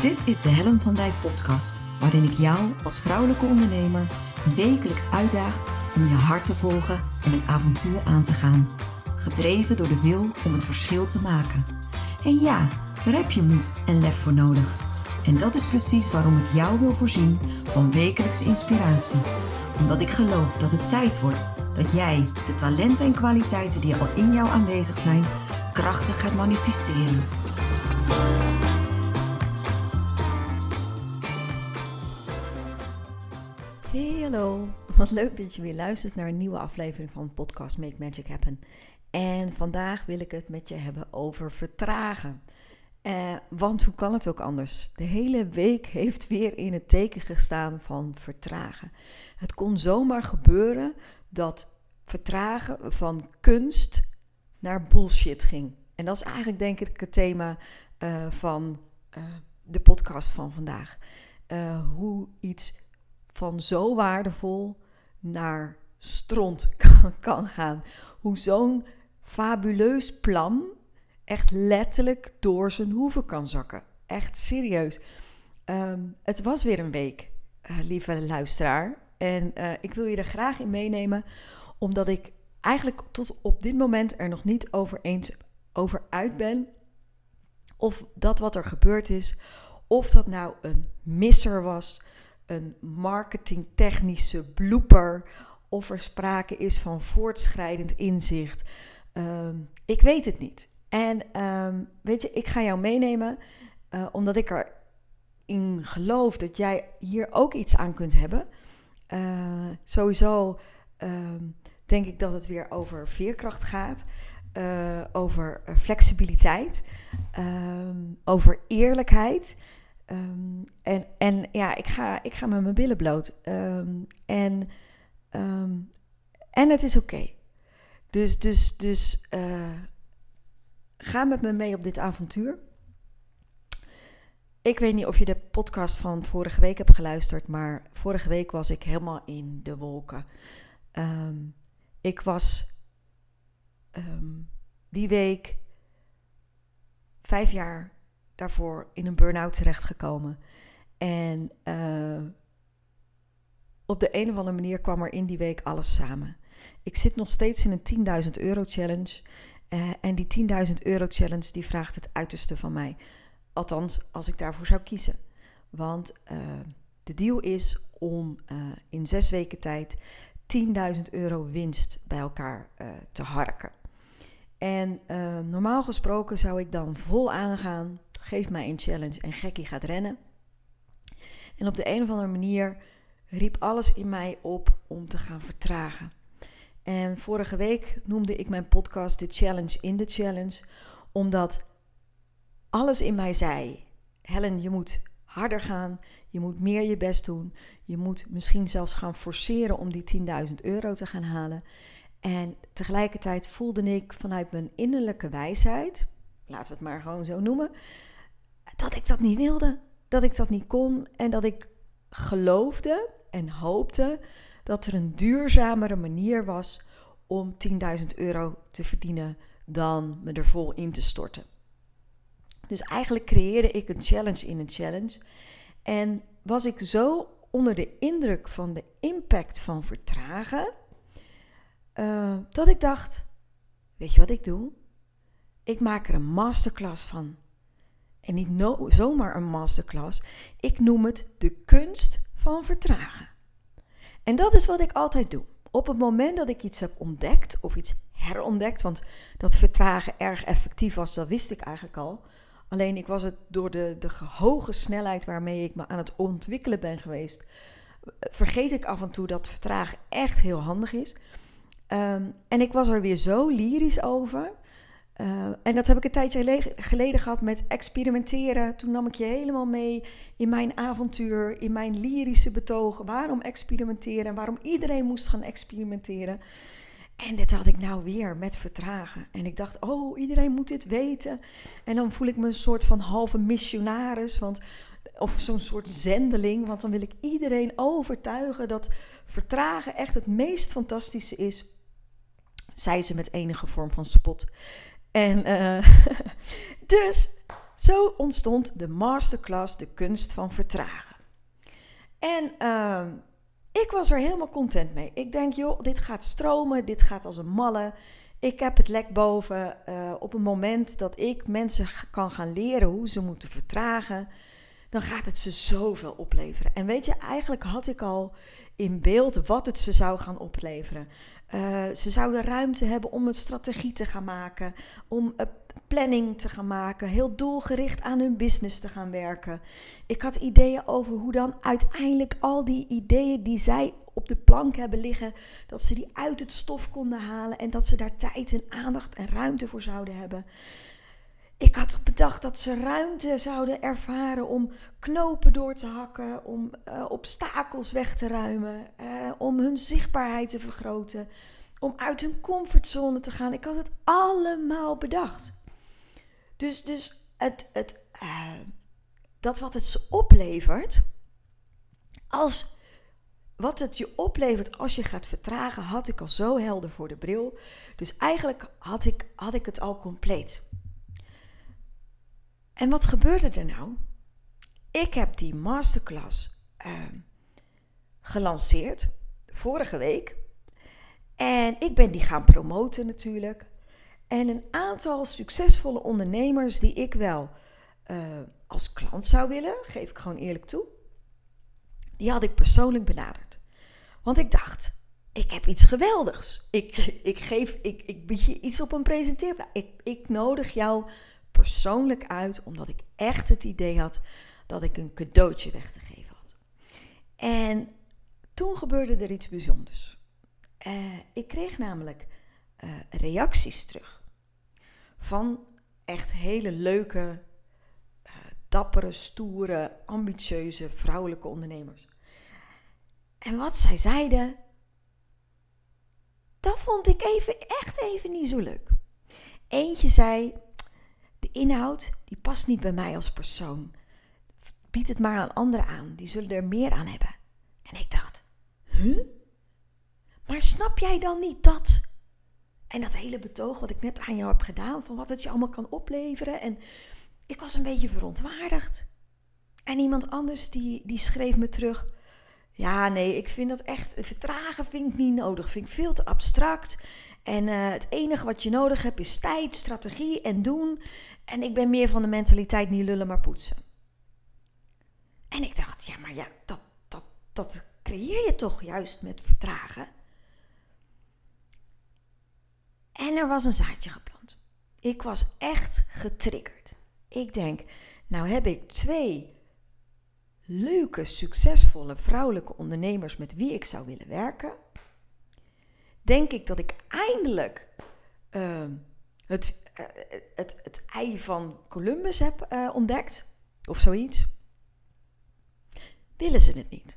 Dit is de Helen van Dijk podcast, waarin ik jou als vrouwelijke ondernemer wekelijks uitdaag om je hart te volgen en het avontuur aan te gaan. Gedreven door de wil om het verschil te maken. En ja, daar heb je moed en lef voor nodig. En dat is precies waarom ik jou wil voorzien van wekelijkse inspiratie. Omdat ik geloof dat het tijd wordt dat jij de talenten en kwaliteiten die al in jou aanwezig zijn, krachtig gaat manifesteren. Hey, hallo. Wat leuk dat je weer luistert naar een nieuwe aflevering van de podcast Make Magic Happen. En vandaag wil ik het met je hebben over vertragen. Want hoe kan het ook anders? De hele week heeft weer in het teken gestaan van vertragen. Het kon zomaar gebeuren dat vertragen van kunst naar bullshit ging. En dat is eigenlijk denk ik het thema van de podcast van vandaag. Hoe iets van zo waardevol naar stront kan gaan. Hoe zo'n fabuleus plan echt letterlijk door zijn hoeven kan zakken. Echt serieus. Het was weer een week, lieve luisteraar. En ik wil je er graag in meenemen, omdat ik eigenlijk tot op dit moment er nog niet over uit ben of dat wat er gebeurd is, of dat nou een misser was, een marketingtechnische blooper, of er sprake is van voortschrijdend inzicht. Ik weet het niet. En weet je, ik ga jou meenemen, omdat ik erin geloof dat jij hier ook iets aan kunt hebben. Sowieso denk ik dat het weer over veerkracht gaat, over flexibiliteit, over eerlijkheid. En ja, ik ga met mijn billen bloot. En het is oké. Dus ga met me mee op dit avontuur. Ik weet niet of je de podcast van vorige week hebt geluisterd, maar vorige week was ik helemaal in de wolken. Ik was die week 5 jaar daarvoor in een burn-out terechtgekomen. En op de een of andere manier kwam er in die week alles samen. Ik zit nog steeds in een 10.000 euro challenge. En die 10.000 euro challenge die vraagt het uiterste van mij. Althans, als ik daarvoor zou kiezen. Want de deal is om in 6 weken tijd 10.000 euro winst bij elkaar te harken. En normaal gesproken zou ik dan vol aangaan. Geef mij een challenge en gekkie gaat rennen. En op de een of andere manier riep alles in mij op om te gaan vertragen. En vorige week noemde ik mijn podcast de challenge in de challenge. Omdat alles in mij zei: Helen, je moet harder gaan. Je moet meer je best doen. Je moet misschien zelfs gaan forceren om die 10.000 euro te gaan halen. En tegelijkertijd voelde ik vanuit mijn innerlijke wijsheid, laten we het maar gewoon zo noemen, dat ik dat niet wilde, dat ik dat niet kon en dat ik geloofde en hoopte dat er een duurzamere manier was om 10.000 euro te verdienen dan me er vol in te storten. Dus eigenlijk creëerde ik een challenge in een challenge en was ik zo onder de indruk van de impact van vertragen, dat ik dacht, weet je wat ik doe? Ik maak er een masterclass van. En niet zomaar een masterclass. Ik noem het de kunst van vertragen. En dat is wat ik altijd doe. Op het moment dat ik iets heb ontdekt of iets herontdekt, want dat vertragen erg effectief was, dat wist ik eigenlijk al. Alleen ik was het door de hoge snelheid waarmee ik me aan het ontwikkelen ben geweest, vergeet ik af en toe dat vertragen echt heel handig is. En ik was er weer zo lyrisch over. En dat heb ik een tijdje geleden gehad met experimenteren. Toen nam ik je helemaal mee in mijn avontuur, in mijn lyrische betogen. Waarom experimenteren en waarom iedereen moest gaan experimenteren. En dit had ik nou weer met vertragen. En ik dacht, oh, iedereen moet dit weten. En dan voel ik me een soort van halve missionaris, of zo'n soort zendeling. Want dan wil ik iedereen overtuigen dat vertragen echt het meest fantastische is. Zei ze met enige vorm van spot. En dus Zo ontstond de masterclass De Kunst van Vertragen. En ik was er helemaal content mee. Ik denk, joh, dit gaat stromen, dit gaat als een malle. Ik heb het lek boven. Op het moment dat ik mensen kan gaan leren hoe ze moeten vertragen, dan gaat het ze zoveel opleveren. En weet je, eigenlijk had ik al in beeld wat het ze zou gaan opleveren. Ze zouden ruimte hebben om een strategie te gaan maken, om planning te gaan maken, heel doelgericht aan hun business te gaan werken. Ik had ideeën over hoe dan uiteindelijk al die ideeën die zij op de plank hebben liggen, dat ze die uit het stof konden halen en dat ze daar tijd en aandacht en ruimte voor zouden hebben. Ik had bedacht dat ze ruimte zouden ervaren om knopen door te hakken, om obstakels weg te ruimen, om hun zichtbaarheid te vergroten, om uit hun comfortzone te gaan. Ik had het allemaal bedacht. Dus dat wat het ze oplevert, wat het je oplevert als je gaat vertragen, had ik al zo helder voor de bril. Dus eigenlijk had ik het al compleet. En wat gebeurde er nou? Ik heb die masterclass gelanceerd vorige week. En ik ben die gaan promoten natuurlijk. En een aantal succesvolle ondernemers die ik wel als klant zou willen, geef ik gewoon eerlijk toe, die had ik persoonlijk benaderd. Want ik dacht, ik heb iets geweldigs. Ik bied je iets op een presenteerplaat. Ik nodig jou persoonlijk uit, omdat ik echt het idee had dat ik een cadeautje weg te geven had. En toen gebeurde er iets bijzonders. Ik kreeg namelijk reacties terug van echt hele leuke, dappere, stoere, ambitieuze vrouwelijke ondernemers. En wat zij zeiden, dat vond ik echt even niet zo leuk. Eentje zei, de inhoud die past niet bij mij als persoon. Bied het maar aan anderen aan, die zullen er meer aan hebben. En ik dacht, maar snap jij dan niet dat? En dat hele betoog wat ik net aan jou heb gedaan, van wat het je allemaal kan opleveren. En ik was een beetje verontwaardigd. En iemand anders die schreef me terug, ja nee, ik vind dat echt, vertragen vind ik niet nodig. Vind ik veel te abstract. En het enige wat je nodig hebt is tijd, strategie en doen. En ik ben meer van de mentaliteit niet lullen maar poetsen. En ik dacht, ja maar ja, dat creëer je toch juist met vertragen. En er was een zaadje geplant. Ik was echt getriggerd. Ik denk, nou heb ik 2 leuke, succesvolle vrouwelijke ondernemers met wie ik zou willen werken. Denk ik dat ik eindelijk het ei van Columbus heb ontdekt. Of zoiets. Willen ze het niet.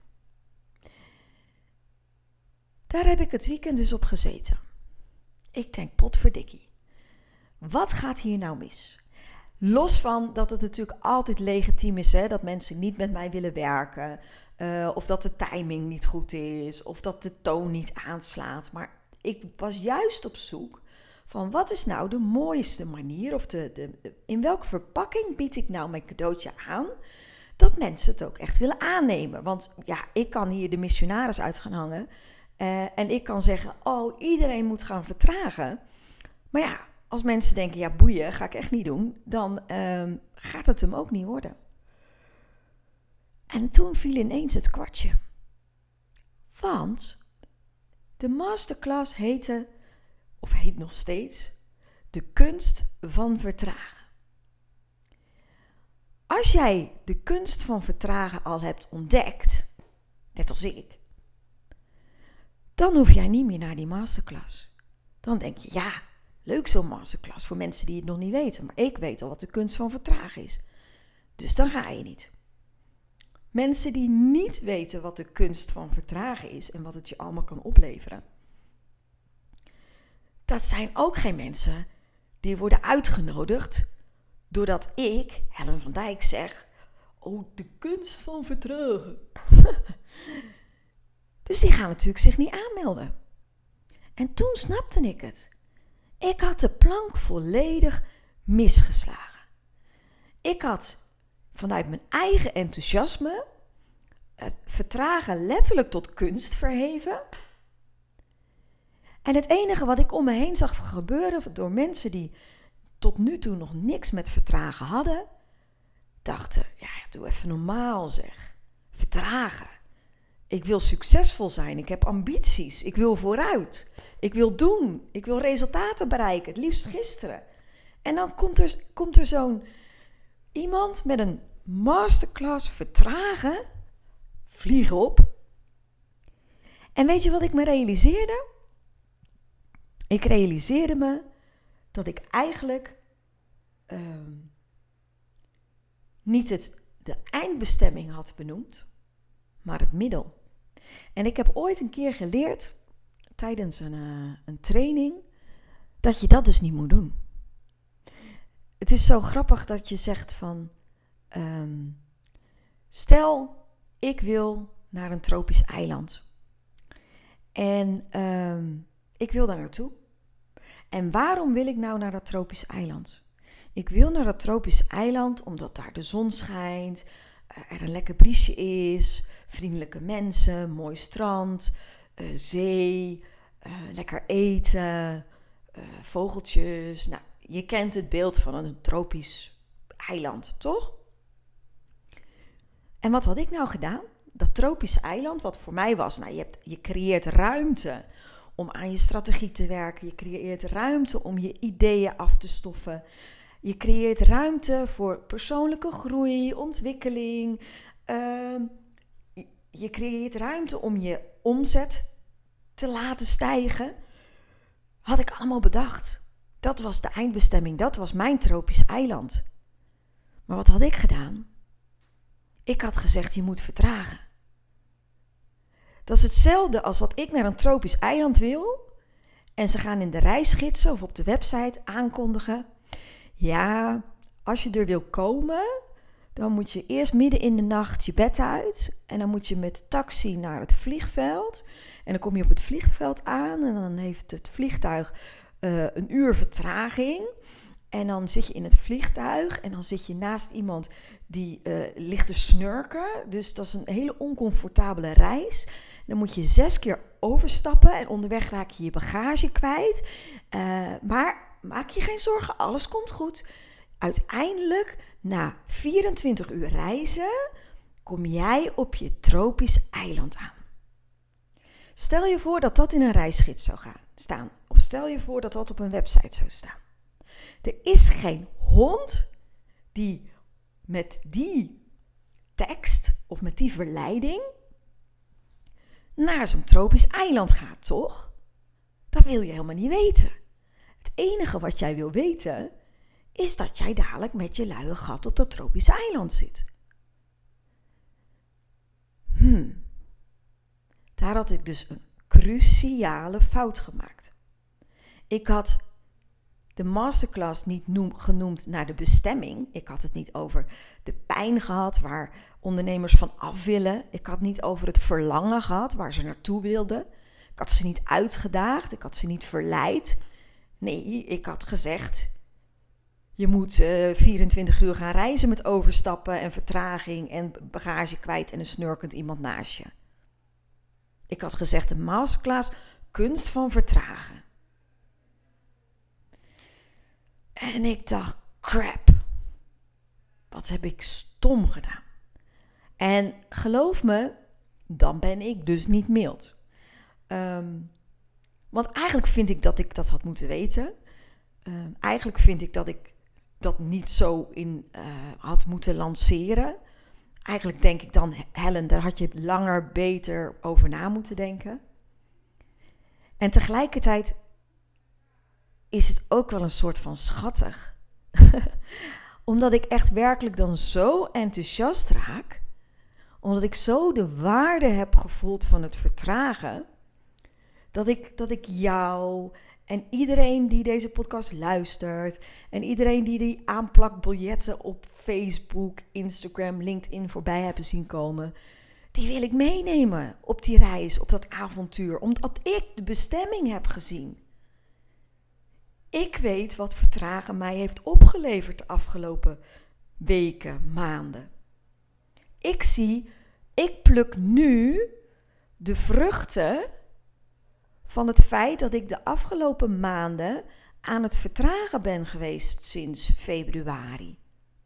Daar heb ik het weekend dus op gezeten. Ik denk, potverdikkie. Wat gaat hier nou mis? Los van dat het natuurlijk altijd legitiem is, hè, dat mensen niet met mij willen werken. Of dat de timing niet goed is. Of dat de toon niet aanslaat. Maar ik was juist op zoek van wat is nou de mooiste manier. Of in welke verpakking bied ik nou mijn cadeautje aan. Dat mensen het ook echt willen aannemen. Want ja, ik kan hier de missionaris uit gaan hangen. En ik kan zeggen, oh, iedereen moet gaan vertragen. Maar ja, als mensen denken, ja boeien, ga ik echt niet doen. Dan gaat het hem ook niet worden. En toen viel ineens het kwartje. Want de masterclass heet nog steeds, De Kunst van Vertragen. Als jij de kunst van vertragen al hebt ontdekt, net als ik, dan hoef jij niet meer naar die masterclass. Dan denk je, ja, leuk zo'n masterclass voor mensen die het nog niet weten. Maar ik weet al wat de kunst van vertragen is. Dus dan ga je niet. Mensen die niet weten wat de kunst van vertragen is en wat het je allemaal kan opleveren. Dat zijn ook geen mensen die worden uitgenodigd doordat ik, Helen van Dijk, zeg, oh, de kunst van vertragen. Dus die gaan natuurlijk zich niet aanmelden. En toen snapte ik het. Ik had de plank volledig misgeslagen. ik had vanuit mijn eigen enthousiasme het vertragen letterlijk tot kunst verheven. En het enige wat ik om me heen zag gebeuren door mensen die tot nu toe nog niks met vertragen hadden, dachten, ja, doe even normaal zeg. Vertragen. Ik wil succesvol zijn. Ik heb ambities. Ik wil vooruit. Ik wil doen. Ik wil resultaten bereiken. Het liefst gisteren. En dan komt er zo'n iemand met een masterclass vertragen. Vlieg op. En weet je wat ik me realiseerde? Ik realiseerde me dat ik eigenlijk niet de eindbestemming had benoemd, maar het middel. En ik heb ooit een keer geleerd tijdens een training dat je dat dus niet moet doen. Het is zo grappig dat je zegt van, stel ik wil naar een tropisch eiland. En ik wil daar naartoe. En waarom wil ik nou naar dat tropisch eiland? Ik wil naar dat tropisch eiland omdat daar de zon schijnt, er een lekker briesje is, vriendelijke mensen, mooi strand, zee, lekker eten, vogeltjes. Nou, je kent het beeld van een tropisch eiland, toch? En wat had ik nou gedaan? Dat tropisch eiland, wat voor mij was, nou, je creëert ruimte om aan je strategie te werken. Je creëert ruimte om je ideeën af te stoffen. Je creëert ruimte voor persoonlijke groei, ontwikkeling. Je creëert ruimte om je omzet te laten stijgen. Had ik allemaal bedacht. Dat was de eindbestemming. Dat was mijn tropisch eiland. Maar wat had ik gedaan? Ik had gezegd, je moet vertragen. Dat is hetzelfde als dat ik naar een tropisch eiland wil. En ze gaan in de reisgidsen of op de website aankondigen. Ja, als je er wil komen, dan moet je eerst midden in de nacht je bed uit. En dan moet je met taxi naar het vliegveld. En dan kom je op het vliegveld aan en dan heeft het vliegtuig een uur vertraging. En dan zit je in het vliegtuig en dan zit je naast iemand die ligt te snurken. Dus dat is een hele oncomfortabele reis. Dan moet je 6 keer overstappen en onderweg raak je je bagage kwijt. Maar maak je geen zorgen, alles komt goed. Uiteindelijk, na 24 uur reizen, kom jij op je tropisch eiland aan. Stel je voor dat dat in een reisgids zou staan. Of stel je voor dat dat op een website zou staan. Er is geen hond die met die tekst of met die verleiding naar zo'n tropisch eiland gaat, toch? Dat wil je helemaal niet weten. Het enige wat jij wil weten is dat jij dadelijk met je luie gat op dat tropische eiland zit. Daar had ik dus een cruciale fout gemaakt. Ik had de masterclass niet genoemd naar de bestemming. Ik had het niet over de pijn gehad waar ondernemers van af willen. Ik had niet over het verlangen gehad waar ze naartoe wilden. Ik had ze niet uitgedaagd. Ik had ze niet verleid. Nee, ik had gezegd, je moet 24 uur gaan reizen met overstappen en vertraging en bagage kwijt en een snurkend iemand naast je. Ik had gezegd, de masterclass, kunst van vertragen. En ik dacht, crap, wat heb ik stom gedaan. En geloof me, dan ben ik dus niet mild. Want eigenlijk vind ik dat ik dat had moeten weten. Eigenlijk vind ik dat ik dat niet zo had moeten lanceren. Eigenlijk denk ik dan, Helen, daar had je langer, beter over na moeten denken. En tegelijkertijd is het ook wel een soort van schattig. Omdat ik echt werkelijk dan zo enthousiast raak. Omdat ik zo de waarde heb gevoeld van het vertragen. Dat ik jou en iedereen die deze podcast luistert. En iedereen die aanplakbiljetten op Facebook, Instagram, LinkedIn voorbij hebben zien komen. Die wil ik meenemen op die reis, op dat avontuur. Omdat ik de bestemming heb gezien. Ik weet wat vertragen mij heeft opgeleverd de afgelopen weken, maanden. Ik pluk nu de vruchten van het feit dat ik de afgelopen maanden aan het vertragen ben geweest sinds februari.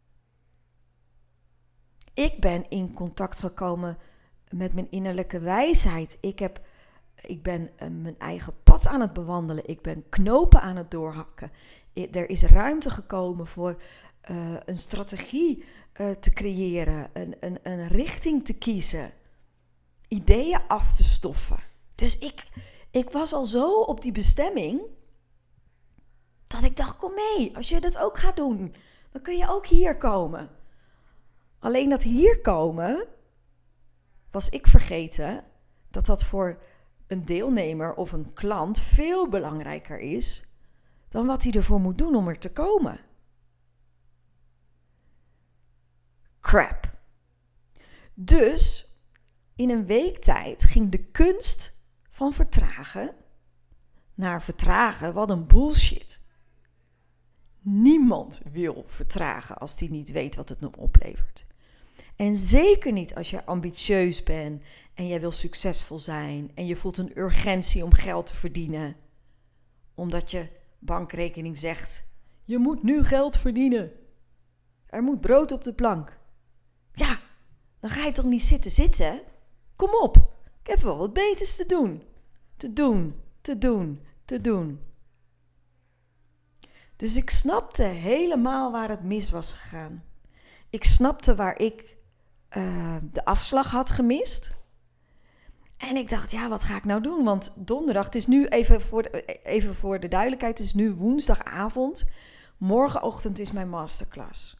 Ik ben in contact gekomen met mijn innerlijke wijsheid. Ik ben mijn eigen pad aan het bewandelen. Ik ben knopen aan het doorhakken. Er is ruimte gekomen voor een strategie te creëren. Een richting te kiezen. Ideeën af te stoffen. Dus ik was al zo op die bestemming dat ik dacht, kom mee. Als je dat ook gaat doen, dan kun je ook hier komen. Alleen dat hier komen, was ik vergeten dat voor een deelnemer of een klant veel belangrijker is dan wat hij ervoor moet doen om er te komen. Crap. Dus in een week tijd ging de kunst van vertragen naar vertragen. Wat een bullshit. Niemand wil vertragen als hij niet weet wat het hem oplevert. En zeker niet als je ambitieus bent en jij wil succesvol zijn en je voelt een urgentie om geld te verdienen. Omdat je bankrekening zegt, je moet nu geld verdienen. Er moet brood op de plank. Ja, dan ga je toch niet zitten? Kom op, ik heb wel wat beters te doen. Dus ik snapte helemaal waar het mis was gegaan. Ik snapte waar ik de afslag had gemist. En ik dacht, ja, wat ga ik nou doen? Want donderdag, het is nu even voor de duidelijkheid, het is nu woensdagavond. Morgenochtend is mijn masterclass.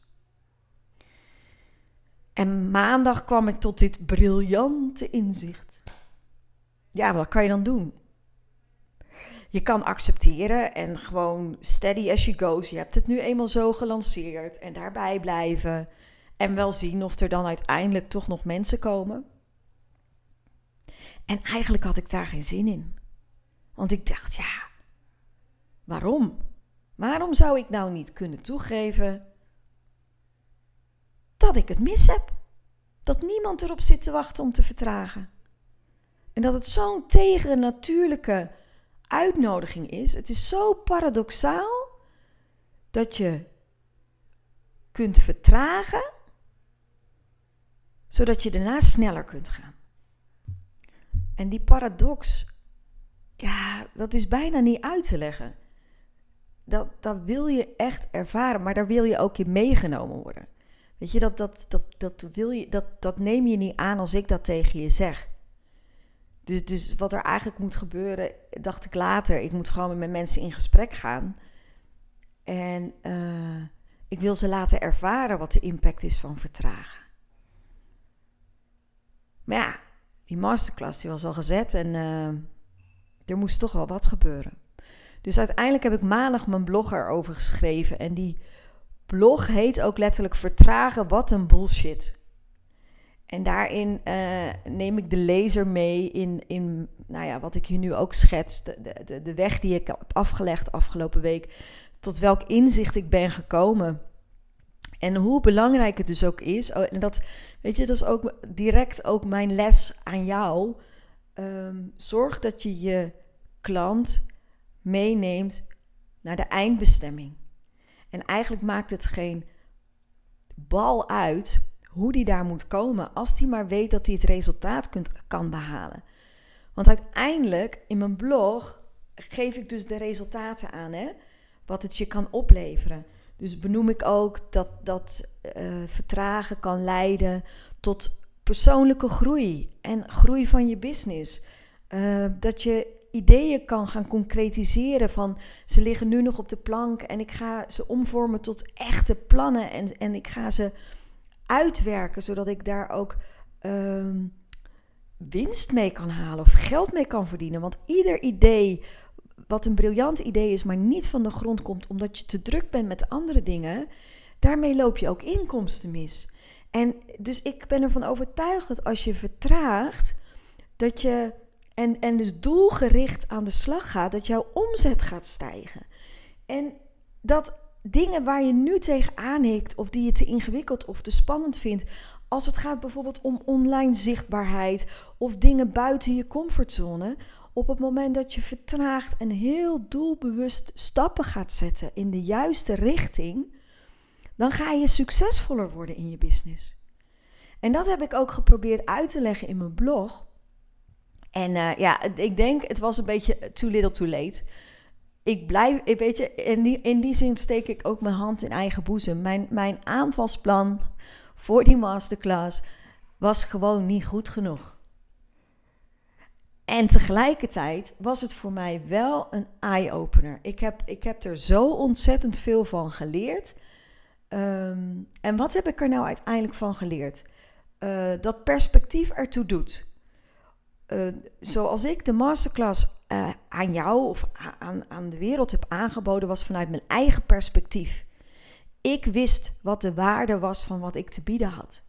En maandag kwam ik tot dit briljante inzicht. Ja, wat kan je dan doen? Je kan accepteren en gewoon steady as she goes. Je hebt het nu eenmaal zo gelanceerd en daarbij blijven. En wel zien of er dan uiteindelijk toch nog mensen komen. En eigenlijk had ik daar geen zin in. Want ik dacht, ja, waarom? Waarom zou ik nou niet kunnen toegeven dat ik het mis heb? Dat niemand erop zit te wachten om te vertragen. En dat het zo'n tegennatuurlijke uitnodiging is. Het is zo paradoxaal dat je kunt vertragen, zodat je daarna sneller kunt gaan. En die paradox, ja, dat is bijna niet uit te leggen. Dat wil je echt ervaren, maar daar wil je ook in meegenomen worden. Weet je, dat neem je niet aan als ik dat tegen je zeg. Dus wat er eigenlijk moet gebeuren, dacht ik later. Ik moet gewoon met mensen in gesprek gaan. En ik wil ze laten ervaren wat de impact is van vertragen. Maar ja, die masterclass die was al gezet en er moest toch wel wat gebeuren. Dus uiteindelijk heb ik maandag mijn blog erover geschreven. En die blog heet ook letterlijk Vertragen, wat een bullshit. En daarin neem ik de lezer mee in nou ja, wat ik hier nu ook schets. De weg die ik heb afgelegd afgelopen week. Tot welk inzicht ik ben gekomen. En hoe belangrijk het dus ook is. En dat, weet je, dat is ook direct ook mijn les aan jou. Zorg dat je je klant meeneemt naar de eindbestemming. En eigenlijk maakt het geen bal uit hoe die daar moet komen, als die maar weet dat hij het resultaat kan behalen. Want uiteindelijk, in mijn blog, geef ik dus de resultaten aan, hè? Wat het je kan opleveren. Dus benoem ik ook dat vertragen kan leiden tot persoonlijke groei en groei van je business. Dat je ideeën kan gaan concretiseren van ze liggen nu nog op de plank en ik ga ze omvormen tot echte plannen en ik ga ze uitwerken, zodat ik daar ook winst mee kan halen of geld mee kan verdienen. Want ieder idee wat een briljant idee is, maar niet van de grond komt omdat je te druk bent met andere dingen, daarmee loop je ook inkomsten mis. En dus ik ben ervan overtuigd dat als je vertraagt, dat je en dus doelgericht aan de slag gaat, dat jouw omzet gaat stijgen. En dat dingen waar je nu tegenaan hikt of die je te ingewikkeld of te spannend vindt, als het gaat bijvoorbeeld om online zichtbaarheid of dingen buiten je comfortzone, op het moment dat je vertraagt en heel doelbewust stappen gaat zetten in de juiste richting, dan ga je succesvoller worden in je business. En dat heb ik ook geprobeerd uit te leggen in mijn blog. En ik denk, het was een beetje too little too late. In die zin steek ik ook mijn hand in eigen boezem. Mijn aanvalsplan voor die masterclass was gewoon niet goed genoeg. En tegelijkertijd was het voor mij wel een eye-opener. Ik heb er zo ontzettend veel van geleerd. En wat heb ik er nou uiteindelijk van geleerd? Dat perspectief ertoe doet. Zoals ik de masterclass aan jou of aan de wereld heb aangeboden, was vanuit mijn eigen perspectief. Ik wist wat de waarde was van wat ik te bieden had.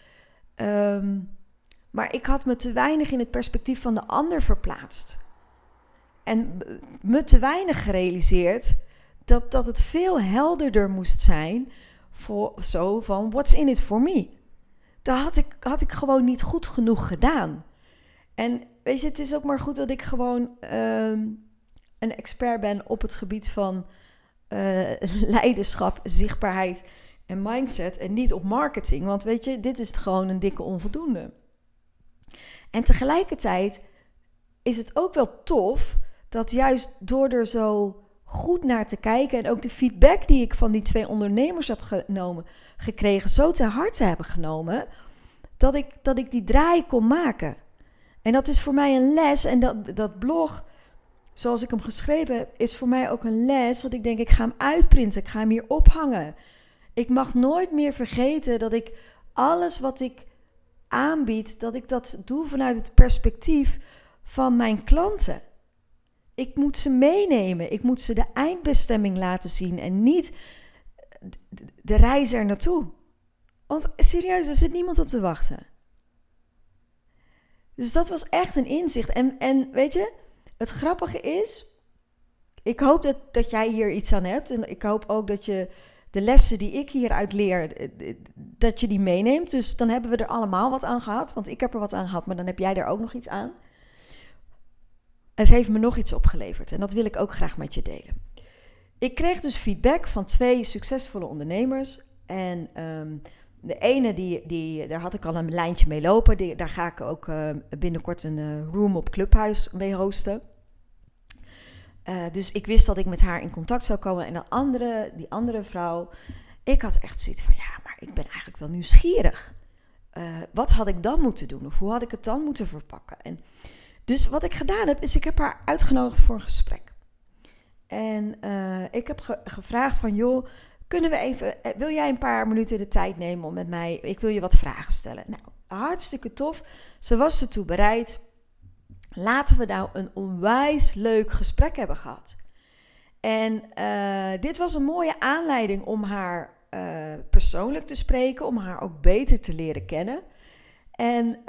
Maar ik had me te weinig in het perspectief van de ander verplaatst. En me te weinig gerealiseerd dat het veel helderder moest zijn van what's in it for me. Dat had ik gewoon niet goed genoeg gedaan. En weet je, het is ook maar goed dat ik gewoon een expert ben op het gebied van leiderschap, zichtbaarheid en mindset en niet op marketing. Want weet je, dit is gewoon een dikke onvoldoende. En tegelijkertijd is het ook wel tof dat juist door er zo goed naar te kijken en ook de feedback die ik van die 2 ondernemers heb gekregen, zo ter harte hebben genomen, dat ik die draai kon maken. En dat is voor mij een les. En dat blog, zoals ik hem geschreven heb, is voor mij ook een les. Dat ik denk, ik ga hem uitprinten. Ik ga hem hier ophangen. Ik mag nooit meer vergeten dat ik alles wat ik aanbied, dat ik dat doe vanuit het perspectief van mijn klanten. Ik moet ze meenemen. Ik moet ze de eindbestemming laten zien en niet de reis er naartoe. Want serieus, er zit niemand op te wachten. Dus dat was echt een inzicht. En weet je, het grappige is, ik hoop dat jij hier iets aan hebt. En ik hoop ook dat je de lessen die ik hieruit leer, dat je die meeneemt. Dus dan hebben we er allemaal wat aan gehad. Want ik heb er wat aan gehad, maar dan heb jij er ook nog iets aan. Het heeft me nog iets opgeleverd. En dat wil ik ook graag met je delen. Ik kreeg dus feedback van 2 succesvolle ondernemers. En de ene, daar had ik al een lijntje mee lopen. Daar ga ik ook binnenkort een room op Clubhouse mee hosten. Dus ik wist dat ik met haar in contact zou komen. En die andere vrouw, ik had echt zoiets van, ja, maar ik ben eigenlijk wel nieuwsgierig. Wat had ik dan moeten doen? Of hoe had ik het dan moeten verpakken? En dus wat ik gedaan heb, is ik heb haar uitgenodigd voor een gesprek. En ik heb gevraagd van, joh, wil jij een paar minuten de tijd nemen om met mij, ik wil je wat vragen stellen. Nou, hartstikke tof. Ze was ertoe bereid. Laten we nou een onwijs leuk gesprek hebben gehad. En dit was een mooie aanleiding om haar persoonlijk te spreken, om haar ook beter te leren kennen. En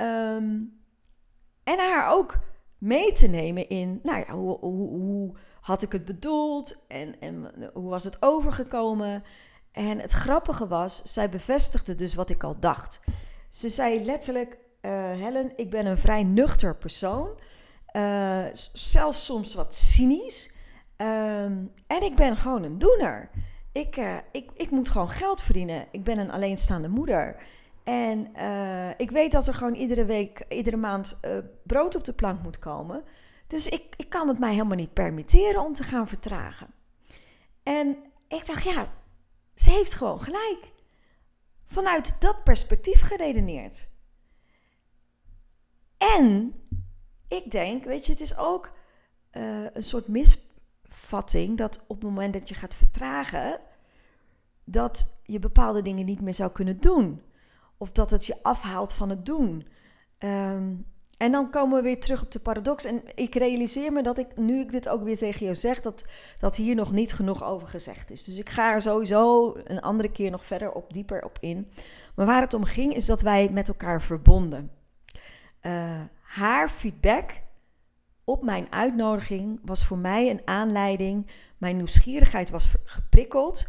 haar ook mee te nemen in, nou ja, hoe had ik het bedoeld en hoe was het overgekomen. En het grappige was, zij bevestigde dus wat ik al dacht. Ze zei letterlijk, Helen, ik ben een vrij nuchter persoon. Zelfs soms wat cynisch. En ik ben gewoon een doener. Ik moet gewoon geld verdienen. Ik ben een alleenstaande moeder. En ik weet dat er gewoon iedere maand brood op de plank moet komen. Dus ik kan het mij helemaal niet permitteren om te gaan vertragen. En ik dacht, ja, ze heeft gewoon gelijk. Vanuit dat perspectief geredeneerd. En ik denk, weet je, het is ook een soort misvatting dat op het moment dat je gaat vertragen, dat je bepaalde dingen niet meer zou kunnen doen. Of dat het je afhaalt van het doen. En dan komen we weer terug op de paradox. En ik realiseer me nu ik dit ook weer tegen jou zeg, dat hier nog niet genoeg over gezegd is. Dus ik ga er sowieso een andere keer nog dieper op in. Maar waar het om ging, is dat wij met elkaar verbonden. Haar feedback op mijn uitnodiging was voor mij een aanleiding. Mijn nieuwsgierigheid was geprikkeld.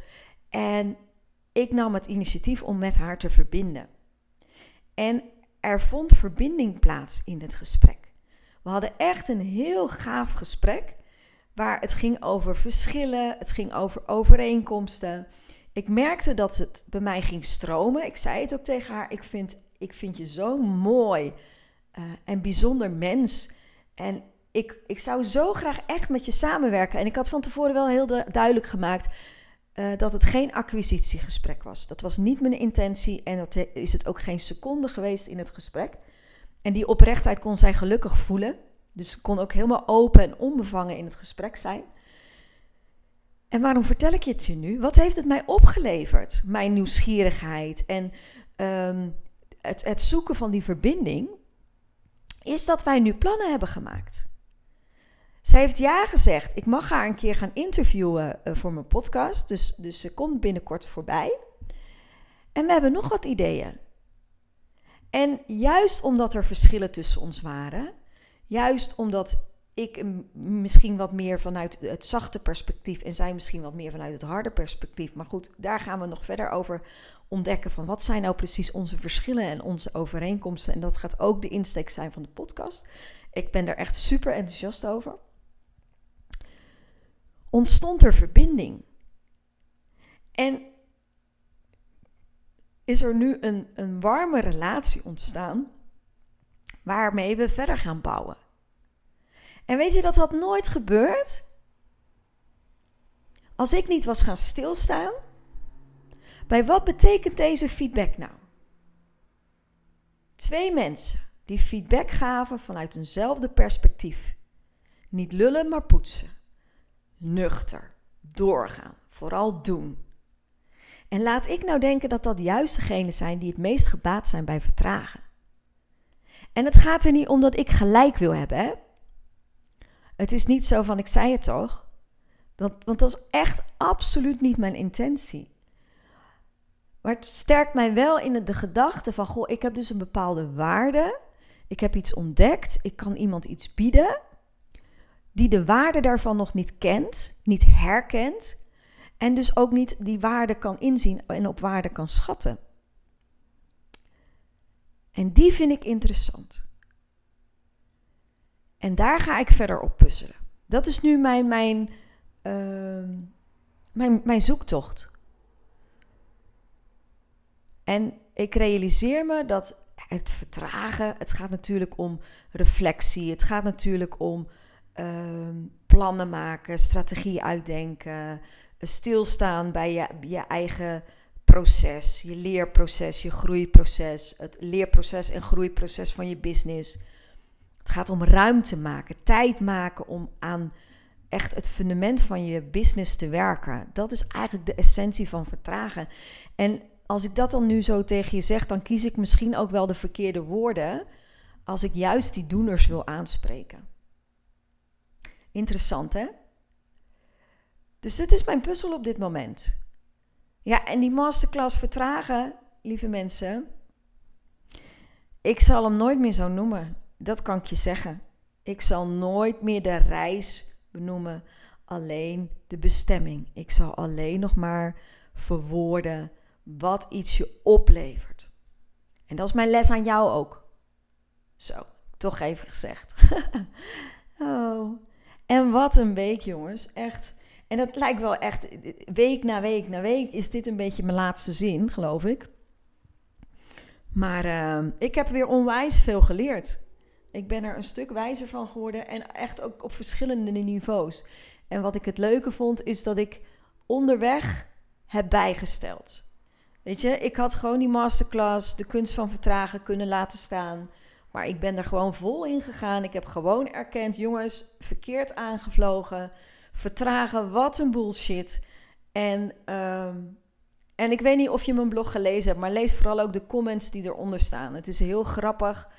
En ik nam het initiatief om met haar te verbinden. En er vond verbinding plaats in het gesprek. We hadden echt een heel gaaf gesprek, waar het ging over verschillen, het ging over overeenkomsten. Ik merkte dat het bij mij ging stromen. Ik zei het ook tegen haar, ik vind je zo'n mooi en bijzonder mens. En ik zou zo graag echt met je samenwerken. En ik had van tevoren wel heel duidelijk gemaakt dat het geen acquisitiegesprek was. Dat was niet mijn intentie en dat is het ook geen seconde geweest in het gesprek. En die oprechtheid kon zij gelukkig voelen. Dus ze kon ook helemaal open en onbevangen in het gesprek zijn. En waarom vertel ik het je nu? Wat heeft het mij opgeleverd? Mijn nieuwsgierigheid en het zoeken van die verbinding is dat wij nu plannen hebben gemaakt. Zij heeft ja gezegd. Ik mag haar een keer gaan interviewen voor mijn podcast. Dus ze komt binnenkort voorbij. En we hebben nog wat ideeën. En juist omdat er verschillen tussen ons waren, juist omdat ik misschien wat meer vanuit het zachte perspectief en zij misschien wat meer vanuit het harde perspectief. Maar goed, daar gaan we nog verder over ontdekken van wat zijn nou precies onze verschillen en onze overeenkomsten. En dat gaat ook de insteek zijn van de podcast. Ik ben daar echt super enthousiast over. Ontstond er verbinding. En is er nu een warme relatie ontstaan waarmee we verder gaan bouwen. En weet je, dat had nooit gebeurd als ik niet was gaan stilstaan bij wat betekent deze feedback nou? 2 mensen die feedback gaven vanuit eenzelfde perspectief. Niet lullen, maar poetsen. Nuchter, doorgaan, vooral doen. En laat ik nou denken dat dat juist degenen zijn die het meest gebaat zijn bij vertragen. En het gaat er niet om dat ik gelijk wil hebben, hè? Het is niet zo van, ik zei het toch? Want dat is echt absoluut niet mijn intentie. Maar het sterkt mij wel in de gedachte van, goh, ik heb dus een bepaalde waarde. Ik heb iets ontdekt. Ik kan iemand iets bieden die de waarde daarvan nog niet kent, niet herkent. En dus ook niet die waarde kan inzien en op waarde kan schatten. En die vind ik interessant. En daar ga ik verder op puzzelen. Dat is nu mijn zoektocht. En ik realiseer me dat het vertragen, het gaat natuurlijk om reflectie. Het gaat natuurlijk om plannen maken, strategie uitdenken, stilstaan bij je eigen proces, je leerproces, je groeiproces, het leerproces en groeiproces van je business. Het gaat om ruimte maken, tijd maken om aan echt het fundament van je business te werken. Dat is eigenlijk de essentie van vertragen. En als ik dat dan nu zo tegen je zeg, dan kies ik misschien ook wel de verkeerde woorden als ik juist die doeners wil aanspreken. Interessant, hè? Dus dit is mijn puzzel op dit moment. Ja, en die masterclass vertragen, lieve mensen, ik zal hem nooit meer zo noemen. Dat kan ik je zeggen. Ik zal nooit meer de reis benoemen, alleen de bestemming. Ik zal alleen nog maar verwoorden wat iets je oplevert. En dat is mijn les aan jou ook. Zo, toch even gezegd. Oh. En wat een week, jongens. Echt. En dat lijkt wel echt, week na week na week is dit een beetje mijn laatste zin, geloof ik. Maar ik heb weer onwijs veel geleerd. Ik ben er een stuk wijzer van geworden en echt ook op verschillende niveaus. En wat ik het leuke vond, is dat ik onderweg heb bijgesteld. Weet je, ik had gewoon die masterclass, de kunst van vertragen, kunnen laten staan. Maar ik ben er gewoon vol in gegaan. Ik heb gewoon erkend, jongens, verkeerd aangevlogen. Vertragen, wat een bullshit. En ik weet niet of je mijn blog gelezen hebt, maar lees vooral ook de comments die eronder staan. Het is heel grappig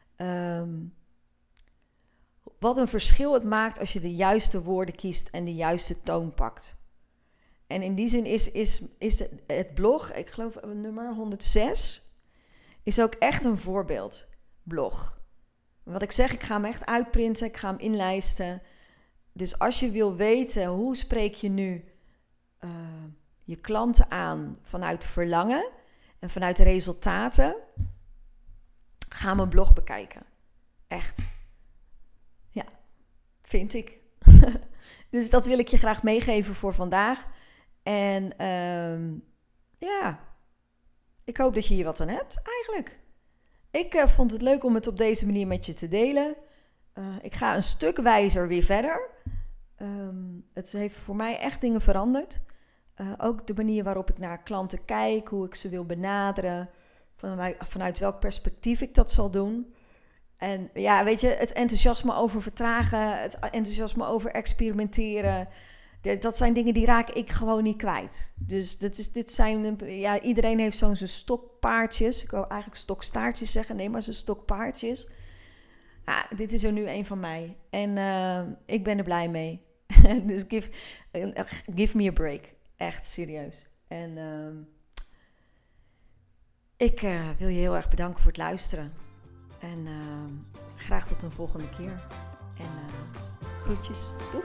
wat een verschil het maakt als je de juiste woorden kiest en de juiste toon pakt. En in die zin is het blog, ik geloof nummer 106, is ook echt een voorbeeldblog. Wat ik zeg, ik ga hem echt uitprinten, ik ga hem inlijsten. Dus als je wil weten, hoe spreek je nu je klanten aan vanuit verlangen en vanuit resultaten, ga mijn blog bekijken. Echt. Ja, vind ik. Dus dat wil ik je graag meegeven voor vandaag. En ik hoop dat je hier wat aan hebt eigenlijk. Ik vond het leuk om het op deze manier met je te delen. Ik ga een stuk wijzer weer verder. Het heeft voor mij echt dingen veranderd. Ook de manier waarop ik naar klanten kijk, hoe ik ze wil benaderen, vanuit welk perspectief ik dat zal doen. En ja, weet je, het enthousiasme over vertragen, het enthousiasme over experimenteren, dat zijn dingen die raak ik gewoon niet kwijt. Dus iedereen heeft zo'n stokpaardjes. Ik wil eigenlijk stokstaartjes zeggen, nee, maar zo'n stokpaardjes. Ja, dit is er nu een van mij. En ik ben er blij mee. Dus give me a break. Echt serieus. En ik wil je heel erg bedanken voor het luisteren. En graag tot een volgende keer. En groetjes. Doei.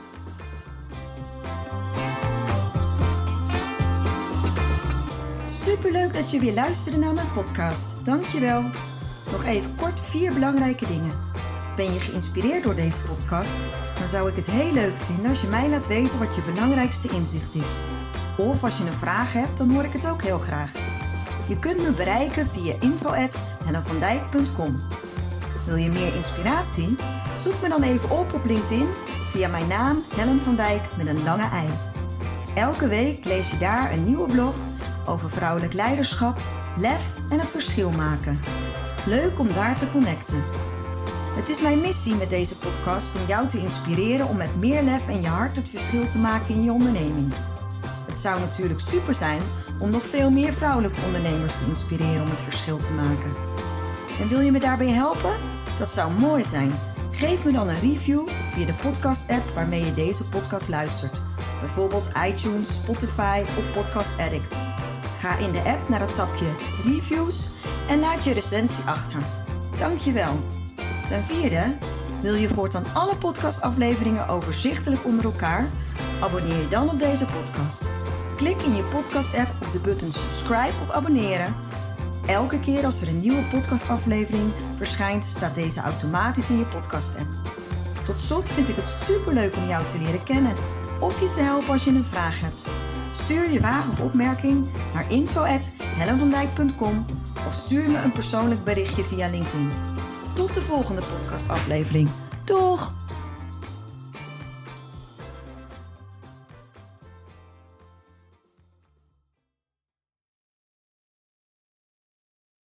Superleuk dat je weer luisterde naar mijn podcast. Dankjewel. Nog even kort 4 belangrijke dingen. Ben je geïnspireerd door deze podcast? Dan zou ik het heel leuk vinden als je mij laat weten wat je belangrijkste inzicht is. Of als je een vraag hebt, dan hoor ik het ook heel graag. Je kunt me bereiken via info@hellenvandijk.com. Wil je meer inspiratie? Zoek me dan even op LinkedIn via mijn naam Hellen van Dijk met een lange ei. Elke week lees je daar een nieuwe blog over vrouwelijk leiderschap, lef en het verschil maken. Leuk om daar te connecten. Het is mijn missie met deze podcast om jou te inspireren om met meer lef en je hart het verschil te maken in je onderneming. Het zou natuurlijk super zijn om nog veel meer vrouwelijke ondernemers te inspireren om het verschil te maken. En wil je me daarbij helpen? Dat zou mooi zijn. Geef me dan een review via de podcast-app waarmee je deze podcast luistert. Bijvoorbeeld iTunes, Spotify of Podcast Addict. Ga in de app naar het tabje Reviews en laat je recensie achter. Dankjewel. Ten vierde, wil je voortaan alle podcastafleveringen overzichtelijk onder elkaar? Abonneer je dan op deze podcast. Klik in je podcast-app op de button subscribe of abonneren. Elke keer als er een nieuwe podcastaflevering verschijnt, staat deze automatisch in je podcast-app. Tot slot vind ik het superleuk om jou te leren kennen of je te helpen als je een vraag hebt. Stuur je vraag of opmerking naar info@hellenvandijk.com of stuur me een persoonlijk berichtje via LinkedIn. Tot de volgende podcastaflevering. Doeg!